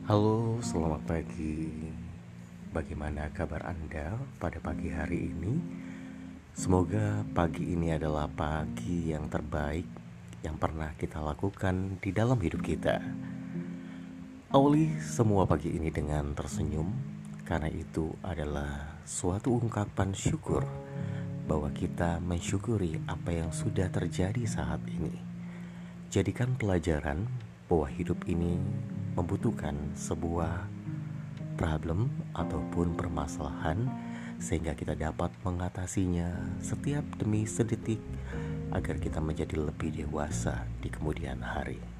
Halo, selamat pagi. Bagaimana kabar Anda pada pagi hari ini? Semoga pagi ini adalah pagi yang terbaik yang pernah kita lakukan di dalam hidup kita. Awali semua pagi ini dengan tersenyum, karena itu adalah suatu ungkapan syukur bahwa kita mensyukuri apa yang sudah terjadi saat ini. Jadikan pelajaran bahwa hidup ini membutuhkan sebuah problem ataupun permasalahan sehingga kita dapat mengatasinya setiap demi sedetik agar kita menjadi lebih dewasa di kemudian hari.